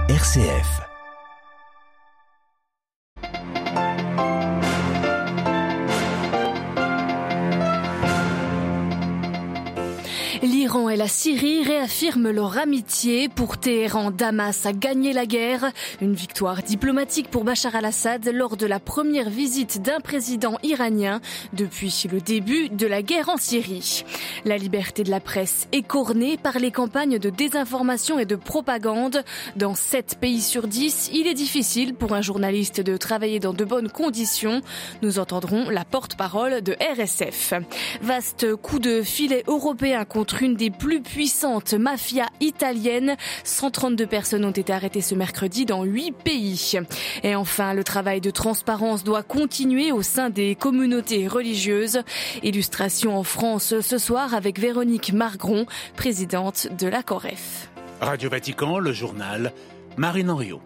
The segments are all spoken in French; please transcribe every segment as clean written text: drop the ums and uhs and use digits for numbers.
RCF. L'Iran et la Syrie réaffirment leur amitié. Pour Téhéran, Damas a gagné la guerre. Une victoire diplomatique pour Bachar al-Assad lors de la première visite d'un président iranien depuis le début de la guerre en Syrie. La liberté de la presse écornée par les campagnes de désinformation et de propagande. Dans 7 pays sur 10, il est difficile pour un journaliste de travailler dans de bonnes conditions. Nous entendrons la porte-parole de RSF. Vaste coup de filet européen contre une des plus puissantes mafias italiennes. 132 personnes ont été arrêtées ce mercredi dans 8 pays. Et enfin, le travail de transparence doit continuer au sein des communautés religieuses. Illustration en France ce soir avec Véronique Margron, présidente de la COREF. Radio Vatican, le journal, Marine Henriot.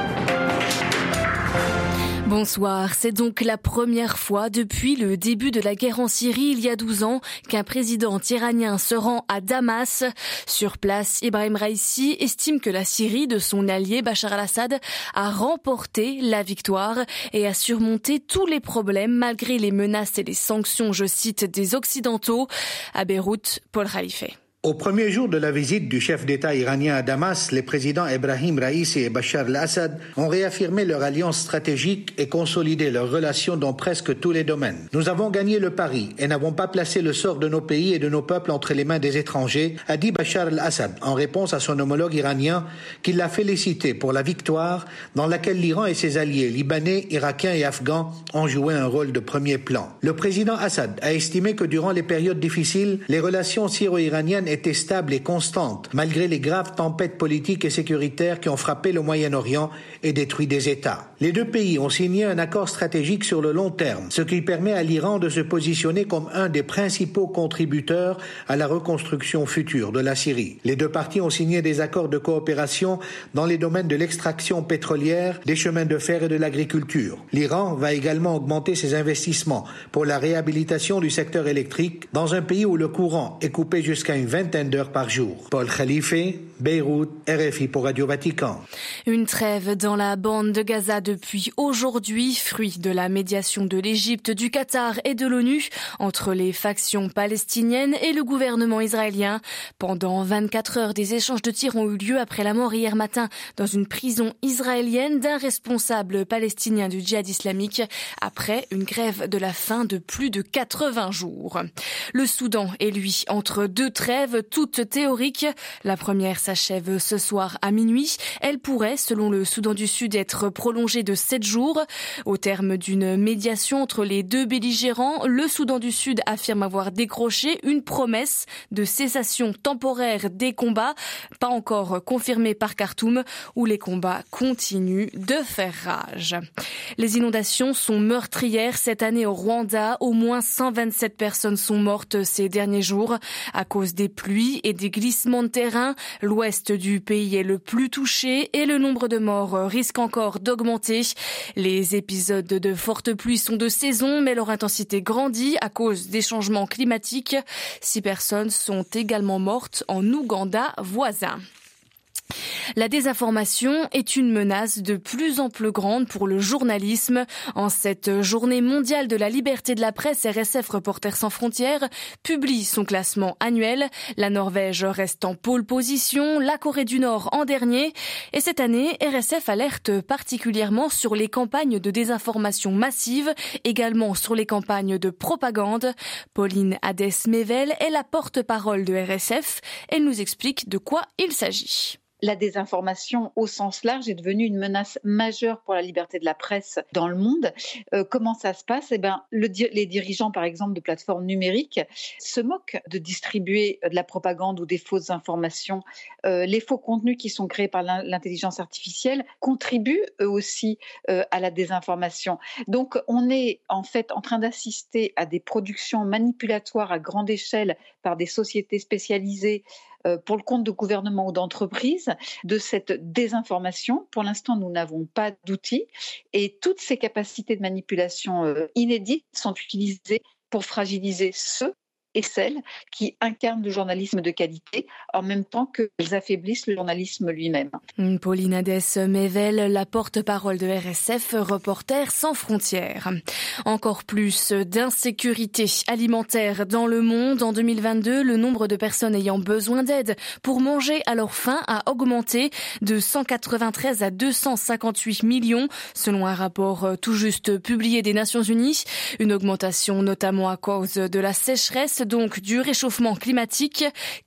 Bonsoir, c'est donc la première fois depuis le début de la guerre en Syrie il y a 12 ans qu'un président iranien se rend à Damas. Sur place, Ibrahim Raïssi estime que la Syrie de son allié Bachar al-Assad a remporté la victoire et a surmonté tous les problèmes malgré les menaces et les sanctions, je cite, des Occidentaux. À Beyrouth, Paul Khalife. Au premier jour de la visite du chef d'État iranien à Damas, les présidents Ebrahim Raïssi et Bachar al-Assad ont réaffirmé leur alliance stratégique et consolidé leurs relations dans presque tous les domaines. Nous avons gagné le pari et n'avons pas placé le sort de nos pays et de nos peuples entre les mains des étrangers, a dit Bachar al-Assad en réponse à son homologue iranien qui l'a félicité pour la victoire dans laquelle l'Iran et ses alliés libanais, irakiens et afghans ont joué un rôle de premier plan. Le président Assad a estimé que durant les périodes difficiles, les relations syro-iraniennes était stable et constante, malgré les graves tempêtes politiques et sécuritaires qui ont frappé le Moyen-Orient et détruit des États. Les deux pays ont signé un accord stratégique sur le long terme, ce qui permet à l'Iran de se positionner comme un des principaux contributeurs à la reconstruction future de la Syrie. Les deux parties ont signé des accords de coopération dans les domaines de l'extraction pétrolière, des chemins de fer et de l'agriculture. L'Iran va également augmenter ses investissements pour la réhabilitation du secteur électrique dans un pays où le courant est coupé jusqu'à une vingtaine d'heures par jour. Paul Khalife, Beyrouth, RFI pour Radio Vatican. Une trêve dans la bande de Gaza depuis aujourd'hui, fruit de la médiation de l'Égypte, du Qatar et de l'ONU entre les factions palestiniennes et le gouvernement israélien. Pendant 24 heures, des échanges de tirs ont eu lieu après la mort hier matin dans une prison israélienne d'un responsable palestinien du djihad islamique après une grève de la faim de plus de 80 jours. Le Soudan est lui entre deux trêves toutes théoriques. La première s'achève ce soir à minuit. Elle pourrait, selon le Soudan du Sud, être prolongée de 7 jours. Au terme d'une médiation entre les deux belligérants, le Soudan du Sud affirme avoir décroché une promesse de cessation temporaire des combats, pas encore confirmée par Khartoum, où les combats continuent de faire rage. Les inondations sont meurtrières cette année au Rwanda. Au moins 127 personnes sont mortes ces derniers jours à cause des pluies et des glissements de terrain. L'ouest du pays est le plus touché et le nombre de morts risque encore d'augmenter. Les épisodes de fortes pluies sont de saison, mais leur intensité grandit à cause des changements climatiques. 6 personnes sont également mortes en Ouganda voisin. La désinformation est une menace de plus en plus grande pour le journalisme. En cette journée mondiale de la liberté de la presse, RSF Reporters sans frontières publie son classement annuel. La Norvège reste en pole position, la Corée du Nord en dernier. Et cette année, RSF alerte particulièrement sur les campagnes de désinformation massive, également sur les campagnes de propagande. Pauline Hadès-Mével est la porte-parole de RSF. Elle nous explique de quoi il s'agit. La désinformation au sens large est devenue une menace majeure pour la liberté de la presse dans le monde. Comment ça se passe ? Les dirigeants, par exemple, de plateformes numériques se moquent de distribuer de la propagande ou des fausses informations. Les faux contenus qui sont créés par l'intelligence artificielle contribuent eux aussi à la désinformation. Donc, on est en fait en train d'assister à des productions manipulatoires à grande échelle par des sociétés spécialisées pour le compte de gouvernements ou d'entreprises, de cette désinformation. Pour l'instant, nous n'avons pas d'outils et toutes ces capacités de manipulation inédites sont utilisées pour fragiliser ceux et celles qui incarnent le journalisme de qualité en même temps qu'elles affaiblissent le journalisme lui-même. Pauline Hadès-Mével, la porte-parole de RSF, Reporters sans frontières. Encore plus d'insécurité alimentaire dans le monde. En 2022, le nombre de personnes ayant besoin d'aide pour manger à leur faim a augmenté de 193 à 258 millions, selon un rapport tout juste publié des Nations Unies. Une augmentation notamment à cause de la sécheresse, donc du réchauffement climatique.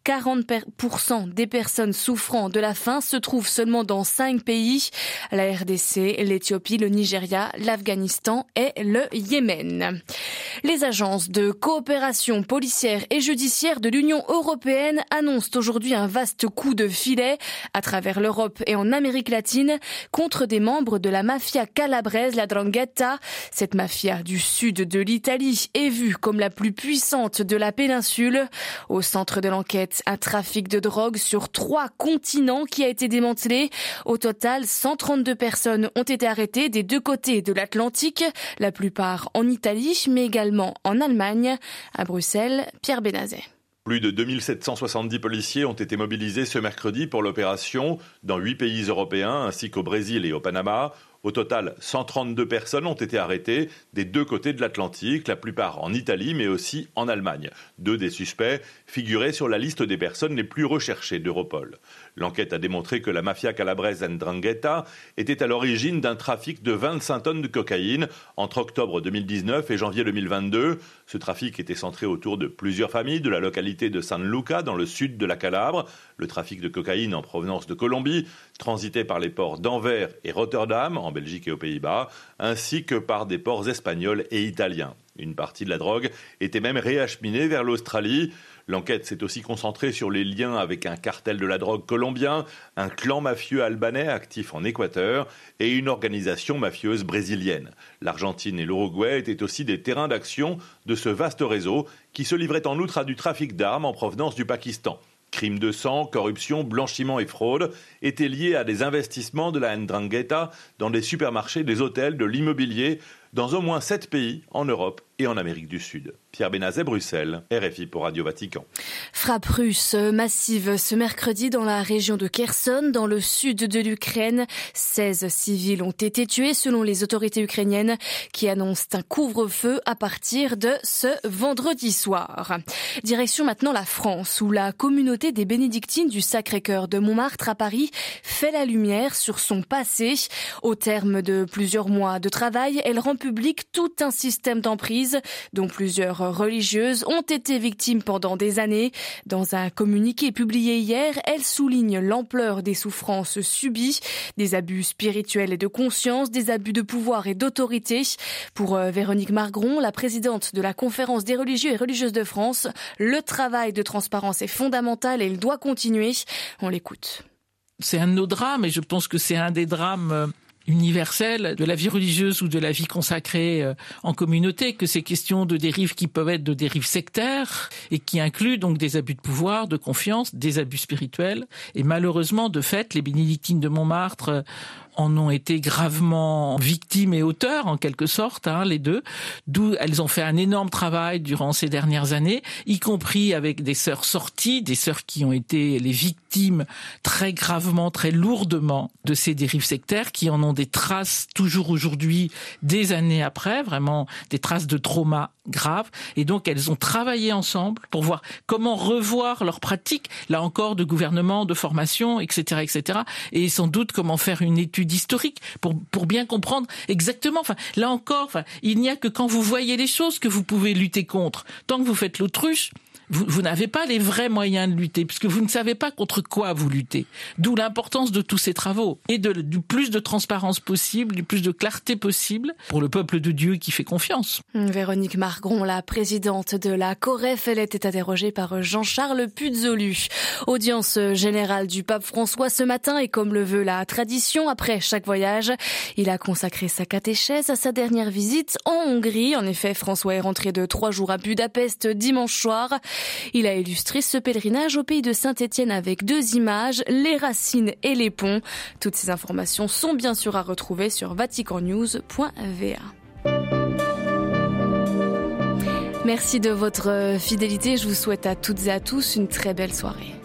40% des personnes souffrant de la faim se trouvent seulement dans 5 pays, la RDC, l'Éthiopie, le Nigeria, l'Afghanistan et le Yémen. Les agences de coopération policière et judiciaire de l'Union européenne annoncent aujourd'hui un vaste coup de filet à travers l'Europe et en Amérique latine contre des membres de la mafia calabraise, la 'Ndrangheta. Cette mafia du sud de l'Italie est vue comme la plus puissante de la péninsule. Au centre de l'enquête, un trafic de drogue sur 3 continents qui a été démantelé. Au total, 132 personnes ont été arrêtées des 2 côtés de l'Atlantique, la plupart en Italie, mais également en Allemagne. À Bruxelles, Pierre Benazet. Plus de 2770 policiers ont été mobilisés ce mercredi pour l'opération dans 8 pays européens ainsi qu'au Brésil et au Panama. Au total, 132 personnes ont été arrêtées des 2 côtés de l'Atlantique, la plupart en Italie mais aussi en Allemagne. 2 des suspects figuraient sur la liste des personnes les plus recherchées d'Europol. L'enquête a démontré que la mafia calabraise 'Ndrangheta était à l'origine d'un trafic de 25 tonnes de cocaïne entre octobre 2019 et janvier 2022. Ce trafic était centré autour de plusieurs familles de la localité de San Luca dans le sud de la Calabre. Le trafic de cocaïne en provenance de Colombie transitait par les ports d'Anvers et Rotterdam en Belgique et aux Pays-Bas, ainsi que par des ports espagnols et italiens. Une partie de la drogue était même réacheminée vers l'Australie. L'enquête s'est aussi concentrée sur les liens avec un cartel de la drogue colombien, un clan mafieux albanais actif en Équateur et une organisation mafieuse brésilienne. L'Argentine et l'Uruguay étaient aussi des terrains d'action de ce vaste réseau qui se livrait en outre à du trafic d'armes en provenance du Pakistan. Crimes de sang, corruption, blanchiment et fraude étaient liés à des investissements de la 'Ndrangheta dans des supermarchés, des hôtels, de l'immobilier, dans au moins 7 pays en Europe et en Amérique du Sud. Pierre Benazet, Bruxelles, RFI pour Radio Vatican. Frappe russe massive ce mercredi dans la région de Kherson, dans le sud de l'Ukraine. 16 civils ont été tués selon les autorités ukrainiennes qui annoncent un couvre-feu à partir de ce vendredi soir. Direction maintenant la France, où la communauté des bénédictines du Sacré-Cœur de Montmartre à Paris fait la lumière sur son passé. Au terme de plusieurs mois de travail, elle rend public tout un système d'emprise dont plusieurs religieuses ont été victimes pendant des années. Dans un communiqué publié hier, elle souligne l'ampleur des souffrances subies, des abus spirituels et de conscience, des abus de pouvoir et d'autorité. Pour Véronique Margron, la présidente de la Conférence des religieux et religieuses de France, le travail de transparence est fondamental et il doit continuer. On l'écoute. C'est un de nos drames et je pense que c'est un des drames universelle de la vie religieuse ou de la vie consacrée en communauté, que ces questions de dérives qui peuvent être de dérives sectaires et qui incluent donc des abus de pouvoir, de confiance, des abus spirituels. Et malheureusement, de fait, les bénédictines de Montmartre en ont été gravement victimes et auteurs, en quelque sorte, les deux, d'où elles ont fait un énorme travail durant ces dernières années, y compris avec des sœurs sorties, des sœurs qui ont été les victimes très gravement, très lourdement de ces dérives sectaires, qui en ont des traces toujours aujourd'hui, des années après, vraiment des traces de trauma graves. Et donc, elles ont travaillé ensemble pour voir comment revoir leurs pratiques, là encore, de gouvernement, de formation, etc., etc. Et sans doute comment faire une étude historique pour bien comprendre exactement. Enfin, là encore, il n'y a que quand vous voyez les choses que vous pouvez lutter contre. Tant que vous faites l'autruche, vous n'avez pas les vrais moyens de lutter, puisque vous ne savez pas contre quoi vous luttez. D'où l'importance de tous ces travaux et du plus de transparence possible, du plus de clarté possible pour le peuple de Dieu qui fait confiance. Véronique Margron, la présidente de la COREF, elle était interrogée par Jean-Charles Puzolu. Audience générale du pape François ce matin et comme le veut la tradition, après chaque voyage, il a consacré sa catéchèse à sa dernière visite en Hongrie. En effet, François est rentré de 3 jours à Budapest dimanche soir. Il a illustré ce pèlerinage au pays de Saint-Étienne avec 2 images, les racines et les ponts. Toutes ces informations sont bien sûr à retrouver sur vaticannews.va. Merci de votre fidélité. Je vous souhaite à toutes et à tous une très belle soirée.